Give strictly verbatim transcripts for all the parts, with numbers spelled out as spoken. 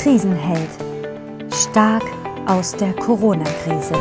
Krisenheld. Stark aus der Corona-Krise.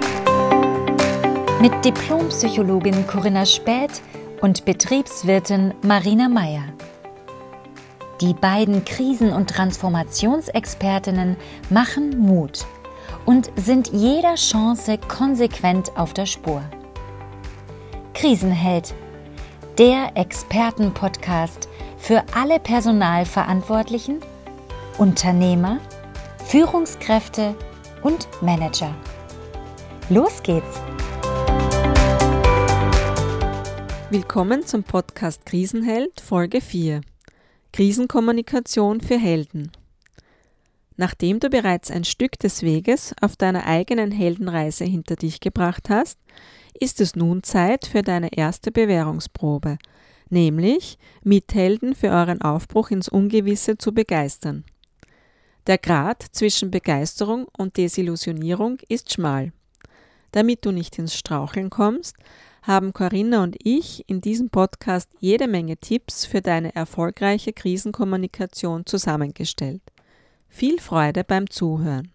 Mit Diplompsychologin Corinna Späth und Betriebswirtin Marina Meyer. Die beiden Krisen- und Transformationsexpertinnen machen Mut und sind jeder Chance konsequent auf der Spur. Krisenheld, der Expertenpodcast für alle Personalverantwortlichen, Unternehmer, Führungskräfte und Manager. Los geht's! Willkommen zum Podcast Krisenheld Folge vier. Krisenkommunikation für Helden. Nachdem du bereits ein Stück des Weges auf deiner eigenen Heldenreise hinter dich gebracht hast, ist es nun Zeit für deine erste Bewährungsprobe, nämlich Mithelden für euren Aufbruch ins Ungewisse zu begeistern. Der Grat zwischen Begeisterung und Desillusionierung ist schmal. Damit du nicht ins Straucheln kommst, haben Corinna und ich in diesem Podcast jede Menge Tipps für deine erfolgreiche Krisenkommunikation zusammengestellt. Viel Freude beim Zuhören.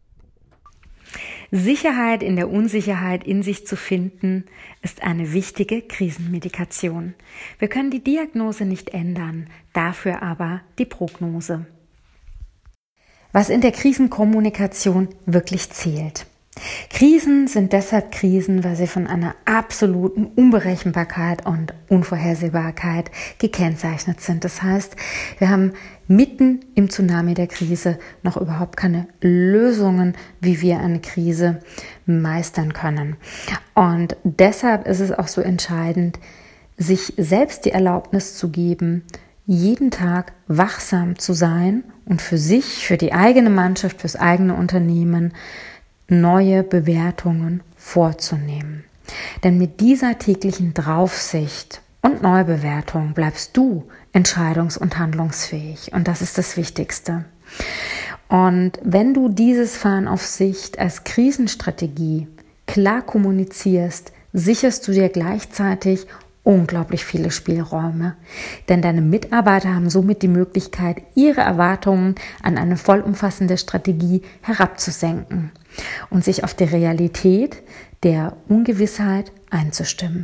Sicherheit in der Unsicherheit in sich zu finden, ist eine wichtige Krisenmedikation. Wir können die Diagnose nicht ändern, dafür aber die Prognose. Was in der Krisenkommunikation wirklich zählt. Krisen sind deshalb Krisen, weil sie von einer absoluten Unberechenbarkeit und Unvorhersehbarkeit gekennzeichnet sind. Das heißt, wir haben mitten im Tsunami der Krise noch überhaupt keine Lösungen, wie wir eine Krise meistern können. Und deshalb ist es auch so entscheidend, sich selbst die Erlaubnis zu geben, jeden Tag wachsam zu sein und für sich, für die eigene Mannschaft, fürs eigene Unternehmen neue Bewertungen vorzunehmen. Denn mit dieser täglichen Draufsicht und Neubewertung bleibst du entscheidungs- und handlungsfähig. Und das ist das Wichtigste. Und wenn du dieses Fahren auf Sicht als Krisenstrategie klar kommunizierst, sicherst du dir gleichzeitig unglaublich viele Spielräume, denn deine Mitarbeiter haben somit die Möglichkeit, ihre Erwartungen an eine vollumfassende Strategie herabzusenken und sich auf die Realität der Ungewissheit einzustimmen.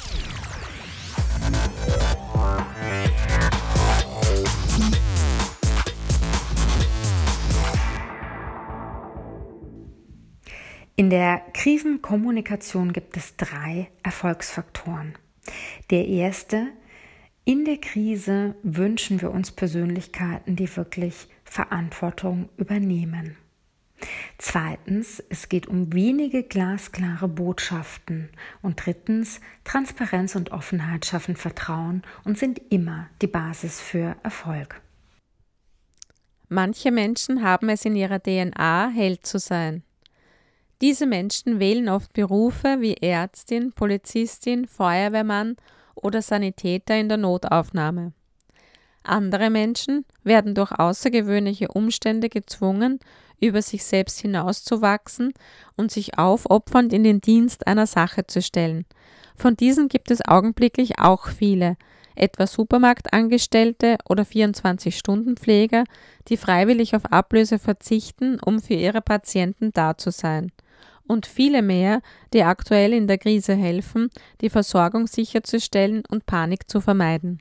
In der Krisenkommunikation gibt es drei Erfolgsfaktoren. Der erste: In der Krise wünschen wir uns Persönlichkeiten, die wirklich Verantwortung übernehmen. Zweitens, es geht um wenige glasklare Botschaften. Und drittens, Transparenz und Offenheit schaffen Vertrauen und sind immer die Basis für Erfolg. Manche Menschen haben es in ihrer D N A, Held zu sein. Diese Menschen wählen oft Berufe wie Ärztin, Polizistin, Feuerwehrmann oder Sanitäter in der Notaufnahme. Andere Menschen werden durch außergewöhnliche Umstände gezwungen, über sich selbst hinauszuwachsen und sich aufopfernd in den Dienst einer Sache zu stellen. Von diesen gibt es augenblicklich auch viele, etwa Supermarktangestellte oder vierundzwanzig-Stunden-Pfleger, die freiwillig auf Ablöse verzichten, um für ihre Patienten da zu sein. Und viele mehr, die aktuell in der Krise helfen, die Versorgung sicherzustellen und Panik zu vermeiden.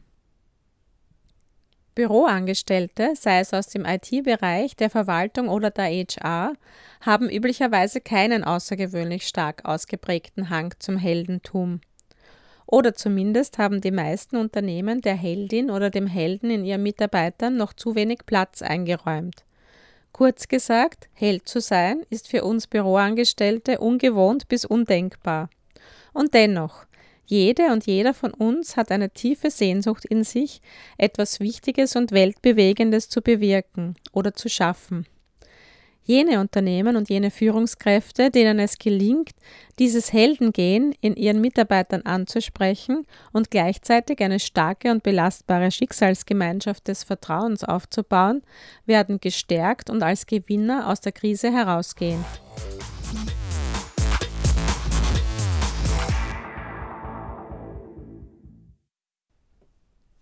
Büroangestellte, sei es aus dem I T-Bereich, der Verwaltung oder der H R, haben üblicherweise keinen außergewöhnlich stark ausgeprägten Hang zum Heldentum. Oder zumindest haben die meisten Unternehmen der Heldin oder dem Helden in ihren Mitarbeitern noch zu wenig Platz eingeräumt. Kurz gesagt, Held zu sein, ist für uns Büroangestellte ungewohnt bis undenkbar. Und dennoch, jede und jeder von uns hat eine tiefe Sehnsucht in sich, etwas Wichtiges und Weltbewegendes zu bewirken oder zu schaffen. Jene Unternehmen und jene Führungskräfte, denen es gelingt, dieses Heldengehen in ihren Mitarbeitern anzusprechen und gleichzeitig eine starke und belastbare Schicksalsgemeinschaft des Vertrauens aufzubauen, werden gestärkt und als Gewinner aus der Krise herausgehen.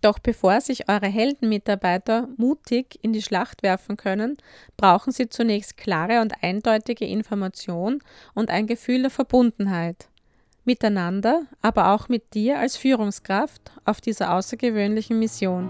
Doch bevor sich eure Heldenmitarbeiter mutig in die Schlacht werfen können, brauchen sie zunächst klare und eindeutige Information und ein Gefühl der Verbundenheit. Miteinander, aber auch mit dir als Führungskraft auf dieser außergewöhnlichen Mission.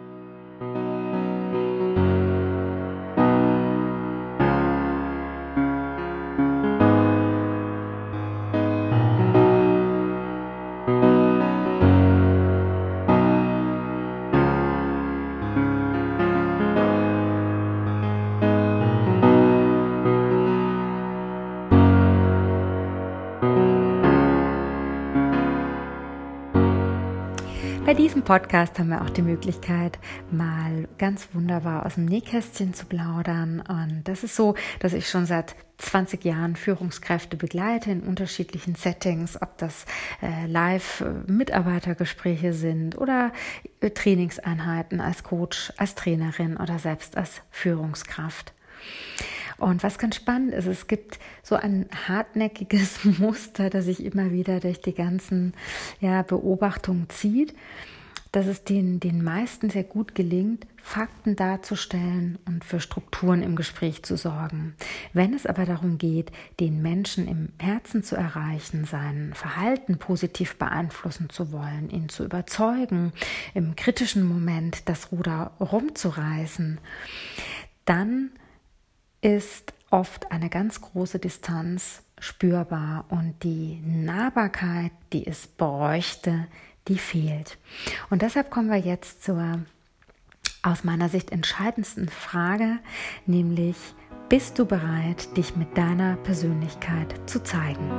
Bei diesem Podcast haben wir auch die Möglichkeit, mal ganz wunderbar aus dem Nähkästchen zu plaudern. Und das ist so, dass ich schon seit zwanzig Jahren Führungskräfte begleite in unterschiedlichen Settings, ob das äh, Live-Mitarbeitergespräche sind oder äh, Trainingseinheiten als Coach, als Trainerin oder selbst als Führungskraft. Und was ganz spannend ist, es gibt so ein hartnäckiges Muster, das sich immer wieder durch die ganzen ja, Beobachtungen zieht, dass es den, den meisten sehr gut gelingt, Fakten darzustellen und für Strukturen im Gespräch zu sorgen. Wenn es aber darum geht, den Menschen im Herzen zu erreichen, sein Verhalten positiv beeinflussen zu wollen, ihn zu überzeugen, im kritischen Moment das Ruder rumzureißen, dann ist oft eine ganz große Distanz spürbar und die Nahbarkeit, die es bräuchte, die fehlt. Und deshalb kommen wir jetzt zur aus meiner Sicht entscheidendsten Frage, nämlich: Bist du bereit, dich mit deiner Persönlichkeit zu zeigen?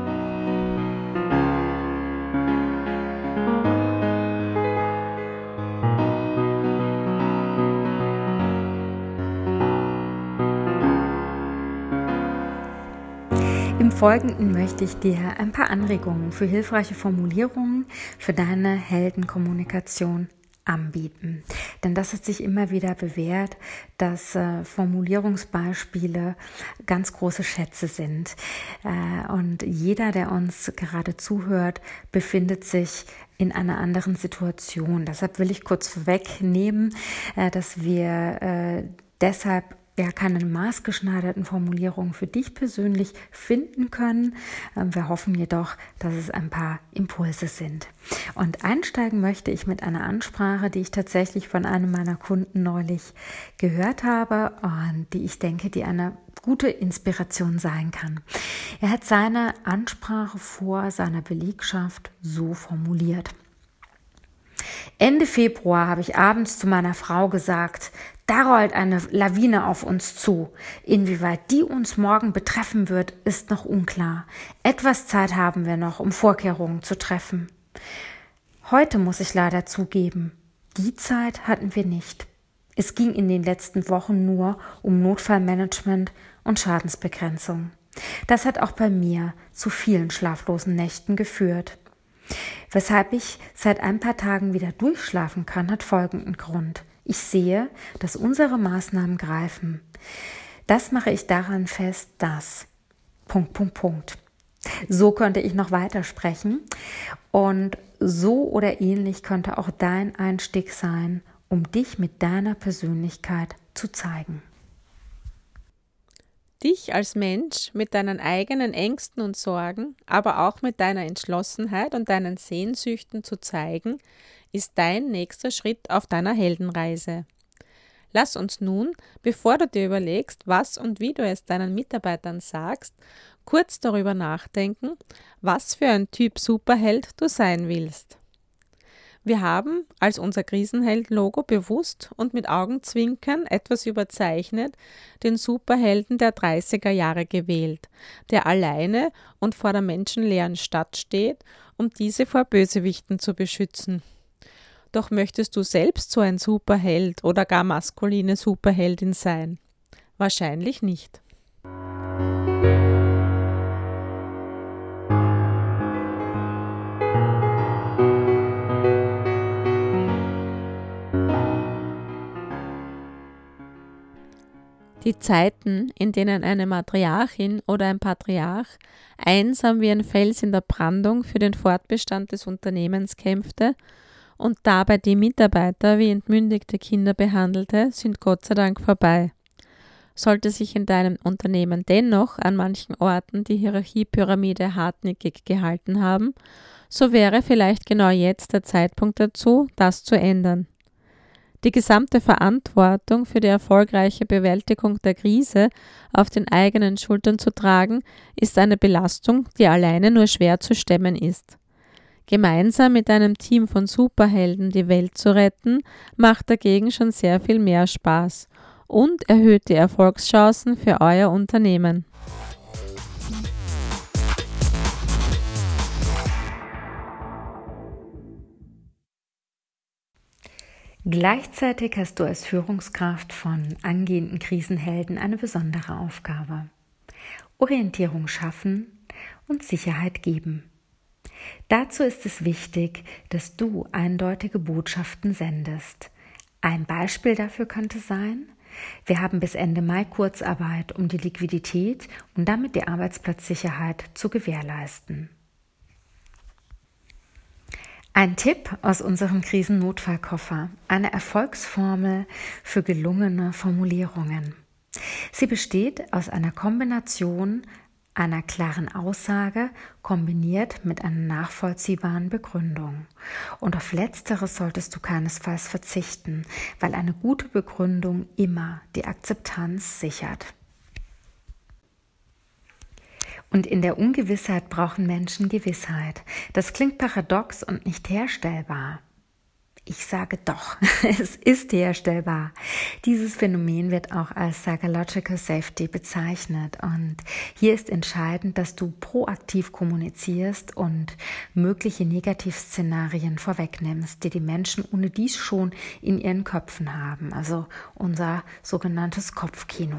Im Folgenden möchte ich dir ein paar Anregungen für hilfreiche Formulierungen für deine Heldenkommunikation anbieten. Denn das hat sich immer wieder bewährt, dass äh, Formulierungsbeispiele ganz große Schätze sind. Äh, und jeder, der uns gerade zuhört, befindet sich in einer anderen Situation. Deshalb will ich kurz vorwegnehmen, äh, dass wir äh, deshalb ja keine maßgeschneiderten Formulierungen für dich persönlich finden können. Wir hoffen jedoch, dass es ein paar Impulse sind. Und einsteigen möchte ich mit einer Ansprache, die ich tatsächlich von einem meiner Kunden neulich gehört habe und die ich denke, die eine gute Inspiration sein kann. Er hat seine Ansprache vor seiner Belegschaft so formuliert: Ende Februar habe ich abends zu meiner Frau gesagt, da rollt eine Lawine auf uns zu. Inwieweit die uns morgen betreffen wird, ist noch unklar. Etwas Zeit haben wir noch, um Vorkehrungen zu treffen. Heute muss ich leider zugeben, die Zeit hatten wir nicht. Es ging in den letzten Wochen nur um Notfallmanagement und Schadensbegrenzung. Das hat auch bei mir zu vielen schlaflosen Nächten geführt. Weshalb ich seit ein paar Tagen wieder durchschlafen kann, hat folgenden Grund. Ich sehe, dass unsere Maßnahmen greifen. Das mache ich daran fest, dass... Punkt, Punkt, Punkt. So könnte ich noch weitersprechen und so oder ähnlich könnte auch dein Einstieg sein, um dich mit deiner Persönlichkeit zu zeigen. Dich als Mensch mit deinen eigenen Ängsten und Sorgen, aber auch mit deiner Entschlossenheit und deinen Sehnsüchten zu zeigen, ist dein nächster Schritt auf deiner Heldenreise. Lass uns nun, bevor du dir überlegst, was und wie du es deinen Mitarbeitern sagst, kurz darüber nachdenken, was für ein Typ Superheld du sein willst. Wir haben als unser Krisenheld-Logo bewusst und mit Augenzwinkern etwas überzeichnet den Superhelden der dreißiger Jahre gewählt, der alleine und vor der menschenleeren Stadt steht, um diese vor Bösewichten zu beschützen. Doch möchtest du selbst so ein Superheld oder gar maskuline Superheldin sein? Wahrscheinlich nicht. Die Zeiten, in denen eine Matriarchin oder ein Patriarch einsam wie ein Fels in der Brandung für den Fortbestand des Unternehmens kämpfte und dabei die Mitarbeiter wie entmündigte Kinder behandelte, sind Gott sei Dank vorbei. Sollte sich in deinem Unternehmen dennoch an manchen Orten die Hierarchiepyramide hartnäckig gehalten haben, so wäre vielleicht genau jetzt der Zeitpunkt dazu, das zu ändern. Die gesamte Verantwortung für die erfolgreiche Bewältigung der Krise auf den eigenen Schultern zu tragen, ist eine Belastung, die alleine nur schwer zu stemmen ist. Gemeinsam mit einem Team von Superhelden die Welt zu retten, macht dagegen schon sehr viel mehr Spaß und erhöht die Erfolgschancen für euer Unternehmen. Gleichzeitig hast du als Führungskraft von angehenden Krisenhelden eine besondere Aufgabe: Orientierung schaffen und Sicherheit geben. Dazu ist es wichtig, dass du eindeutige Botschaften sendest. Ein Beispiel dafür könnte sein: Wir haben bis Ende Mai Kurzarbeit, um die Liquidität und damit die Arbeitsplatzsicherheit zu gewährleisten. Ein Tipp aus unserem Krisennotfallkoffer, eine Erfolgsformel für gelungene Formulierungen. Sie besteht aus einer Kombination einer klaren Aussage kombiniert mit einer nachvollziehbaren Begründung. Und auf Letzteres solltest du keinesfalls verzichten, weil eine gute Begründung immer die Akzeptanz sichert. Und in der Ungewissheit brauchen Menschen Gewissheit. Das klingt paradox und nicht herstellbar. Ich sage doch, es ist herstellbar. Dieses Phänomen wird auch als Psychological Safety bezeichnet. Und hier ist entscheidend, dass du proaktiv kommunizierst und mögliche Negativszenarien vorwegnimmst, die die Menschen ohne dies schon in ihren Köpfen haben. Also unser sogenanntes Kopfkino.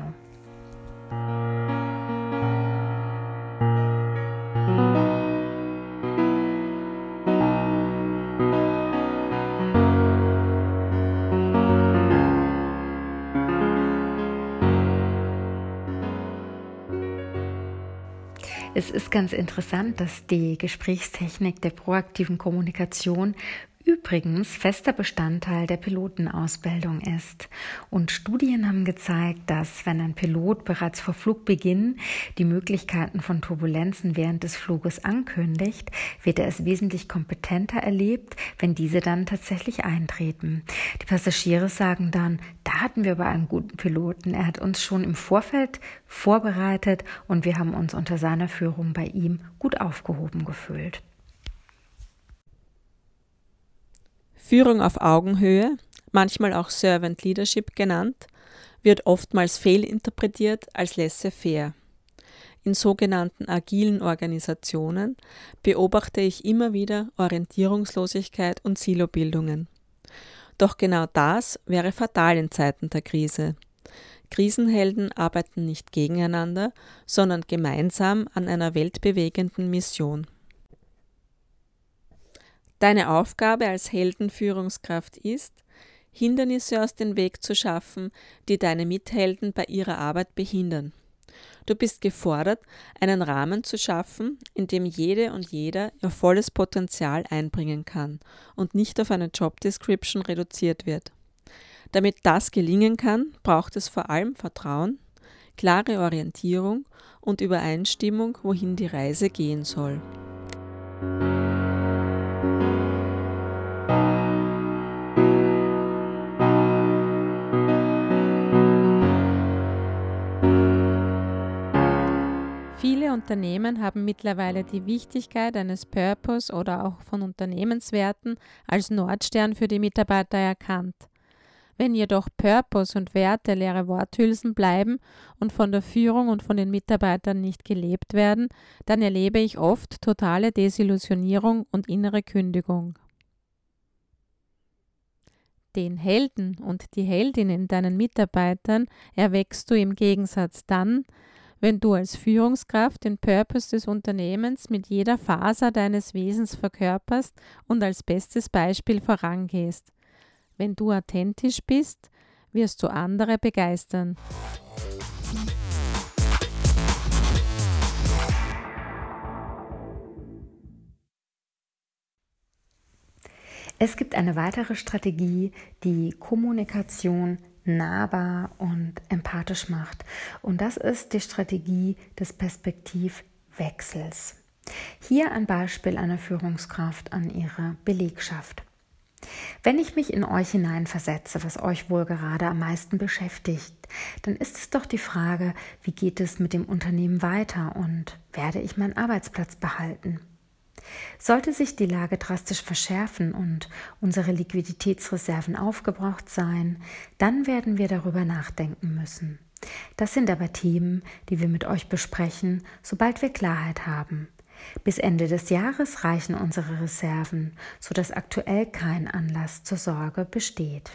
Es ist ganz interessant, dass die Gesprächstechnik der proaktiven Kommunikation übrigens fester Bestandteil der Pilotenausbildung ist. Und Studien haben gezeigt, dass wenn ein Pilot bereits vor Flugbeginn die Möglichkeiten von Turbulenzen während des Fluges ankündigt, wird er es wesentlich kompetenter erlebt, wenn diese dann tatsächlich eintreten. Die Passagiere sagen dann: Da hatten wir aber einen guten Piloten, er hat uns schon im Vorfeld vorbereitet und wir haben uns unter seiner Führung bei ihm gut aufgehoben gefühlt. Führung auf Augenhöhe, manchmal auch Servant Leadership genannt, wird oftmals fehlinterpretiert als laissez-faire. In sogenannten agilen Organisationen beobachte ich immer wieder Orientierungslosigkeit und Silobildungen. Doch genau das wäre fatal in Zeiten der Krise. Krisenhelden arbeiten nicht gegeneinander, sondern gemeinsam an einer weltbewegenden Mission. Deine Aufgabe als Heldenführungskraft ist, Hindernisse aus dem Weg zu schaffen, die deine Mithelden bei ihrer Arbeit behindern. Du bist gefordert, einen Rahmen zu schaffen, in dem jede und jeder ihr volles Potenzial einbringen kann und nicht auf eine Job Description reduziert wird. Damit das gelingen kann, braucht es vor allem Vertrauen, klare Orientierung und Übereinstimmung, wohin die Reise gehen soll. Viele Unternehmen haben mittlerweile die Wichtigkeit eines Purpose oder auch von Unternehmenswerten als Nordstern für die Mitarbeiter erkannt. Wenn jedoch Purpose und Werte leere Worthülsen bleiben und von der Führung und von den Mitarbeitern nicht gelebt werden, dann erlebe ich oft totale Desillusionierung und innere Kündigung. Den Helden und die Heldin in deinen Mitarbeitern erweckst du im Gegensatz dann, wenn du als Führungskraft den Purpose des Unternehmens mit jeder Faser deines Wesens verkörperst und als bestes Beispiel vorangehst. Wenn du authentisch bist, wirst du andere begeistern. Es gibt eine weitere Strategie, die Kommunikation nahbar und empathisch macht. Und das ist die Strategie des Perspektivwechsels. Hier ein Beispiel einer Führungskraft an ihrer Belegschaft. Wenn ich mich in euch hineinversetze, was euch wohl gerade am meisten beschäftigt, dann ist es doch die Frage, wie geht es mit dem Unternehmen weiter und werde ich meinen Arbeitsplatz behalten? Sollte sich die Lage drastisch verschärfen und unsere Liquiditätsreserven aufgebraucht sein, dann werden wir darüber nachdenken müssen. Das sind aber Themen, die wir mit euch besprechen, sobald wir Klarheit haben. Bis Ende des Jahres reichen unsere Reserven, sodass aktuell kein Anlass zur Sorge besteht.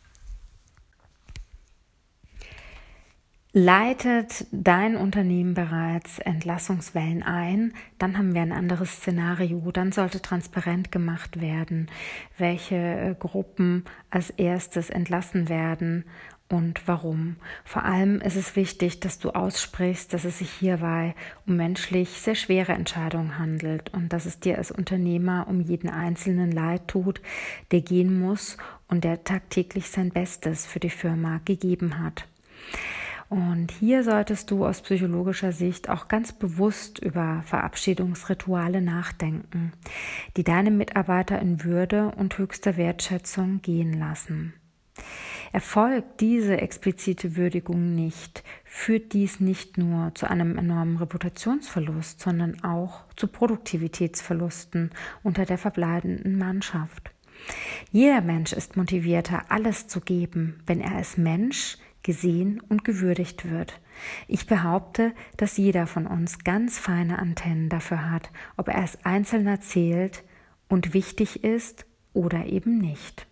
Leitet dein Unternehmen bereits Entlassungswellen ein, dann haben wir ein anderes Szenario. Dann sollte transparent gemacht werden, welche Gruppen als erstes entlassen werden und warum. Vor allem ist es wichtig, dass du aussprichst, dass es sich hierbei um menschlich sehr schwere Entscheidungen handelt und dass es dir als Unternehmer um jeden Einzelnen leid tut, der gehen muss und der tagtäglich sein Bestes für die Firma gegeben hat. Und hier solltest du aus psychologischer Sicht auch ganz bewusst über Verabschiedungsrituale nachdenken, die deine Mitarbeiter in Würde und höchster Wertschätzung gehen lassen. Erfolgt diese explizite Würdigung nicht, führt dies nicht nur zu einem enormen Reputationsverlust, sondern auch zu Produktivitätsverlusten unter der verbleibenden Mannschaft. Jeder Mensch ist motivierter, alles zu geben, wenn er als Mensch gesehen und gewürdigt wird. Ich behaupte, dass jeder von uns ganz feine Antennen dafür hat, ob er als Einzelner zählt und wichtig ist oder eben nicht.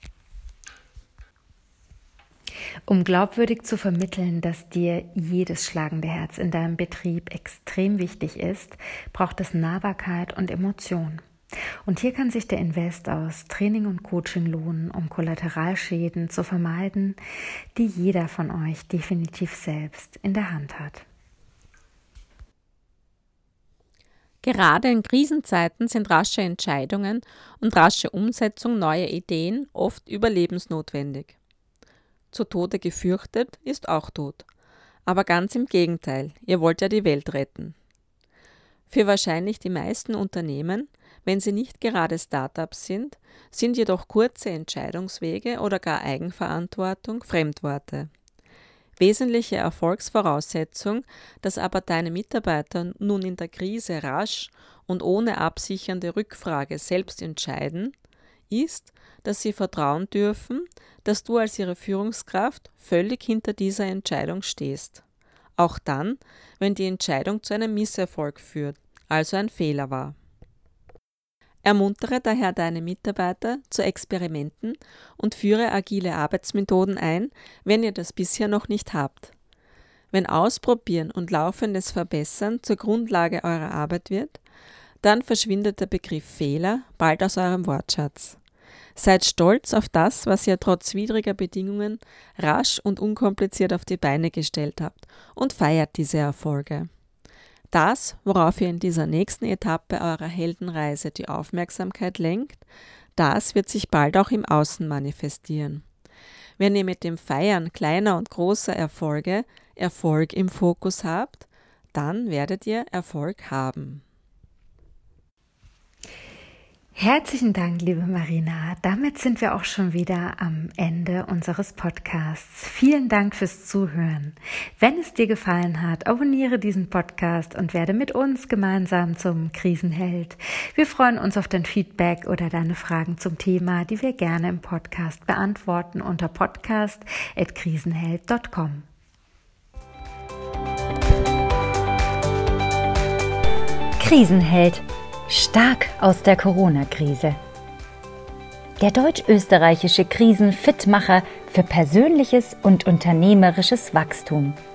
Um glaubwürdig zu vermitteln, dass dir jedes schlagende Herz in deinem Betrieb extrem wichtig ist, braucht es Nahbarkeit und Emotion. Und hier kann sich der Invest aus Training und Coaching lohnen, um Kollateralschäden zu vermeiden, die jeder von euch definitiv selbst in der Hand hat. Gerade in Krisenzeiten sind rasche Entscheidungen und rasche Umsetzung neuer Ideen oft überlebensnotwendig. Zu Tode gefürchtet ist auch tot. Aber ganz im Gegenteil, ihr wollt ja die Welt retten. Für wahrscheinlich die meisten Unternehmen, wenn sie nicht gerade Startups sind, sind jedoch kurze Entscheidungswege oder gar Eigenverantwortung Fremdworte. Wesentliche Erfolgsvoraussetzung, dass aber deine Mitarbeiter nun in der Krise rasch und ohne absichernde Rückfrage selbst entscheiden, ist, dass sie vertrauen dürfen, dass du als ihre Führungskraft völlig hinter dieser Entscheidung stehst. Auch dann, wenn die Entscheidung zu einem Misserfolg führt, also ein Fehler war. Ermuntere daher deine Mitarbeiter zu Experimenten und führe agile Arbeitsmethoden ein, wenn ihr das bisher noch nicht habt. Wenn Ausprobieren und laufendes Verbessern zur Grundlage eurer Arbeit wird, dann verschwindet der Begriff Fehler bald aus eurem Wortschatz. Seid stolz auf das, was ihr trotz widriger Bedingungen rasch und unkompliziert auf die Beine gestellt habt und feiert diese Erfolge. Das, worauf ihr in dieser nächsten Etappe eurer Heldenreise die Aufmerksamkeit lenkt, das wird sich bald auch im Außen manifestieren. Wenn ihr mit dem Feiern kleiner und großer Erfolge Erfolg im Fokus habt, dann werdet ihr Erfolg haben. Herzlichen Dank, liebe Marina. Damit sind wir auch schon wieder am Ende unseres Podcasts. Vielen Dank fürs Zuhören. Wenn es dir gefallen hat, abonniere diesen Podcast und werde mit uns gemeinsam zum Krisenheld. Wir freuen uns auf dein Feedback oder deine Fragen zum Thema, die wir gerne im Podcast beantworten unter podcast at krisenheld punkt com. Krisenheld. Stark aus der Corona-Krise. Der deutsch-österreichische Krisenfitmacher für persönliches und unternehmerisches Wachstum.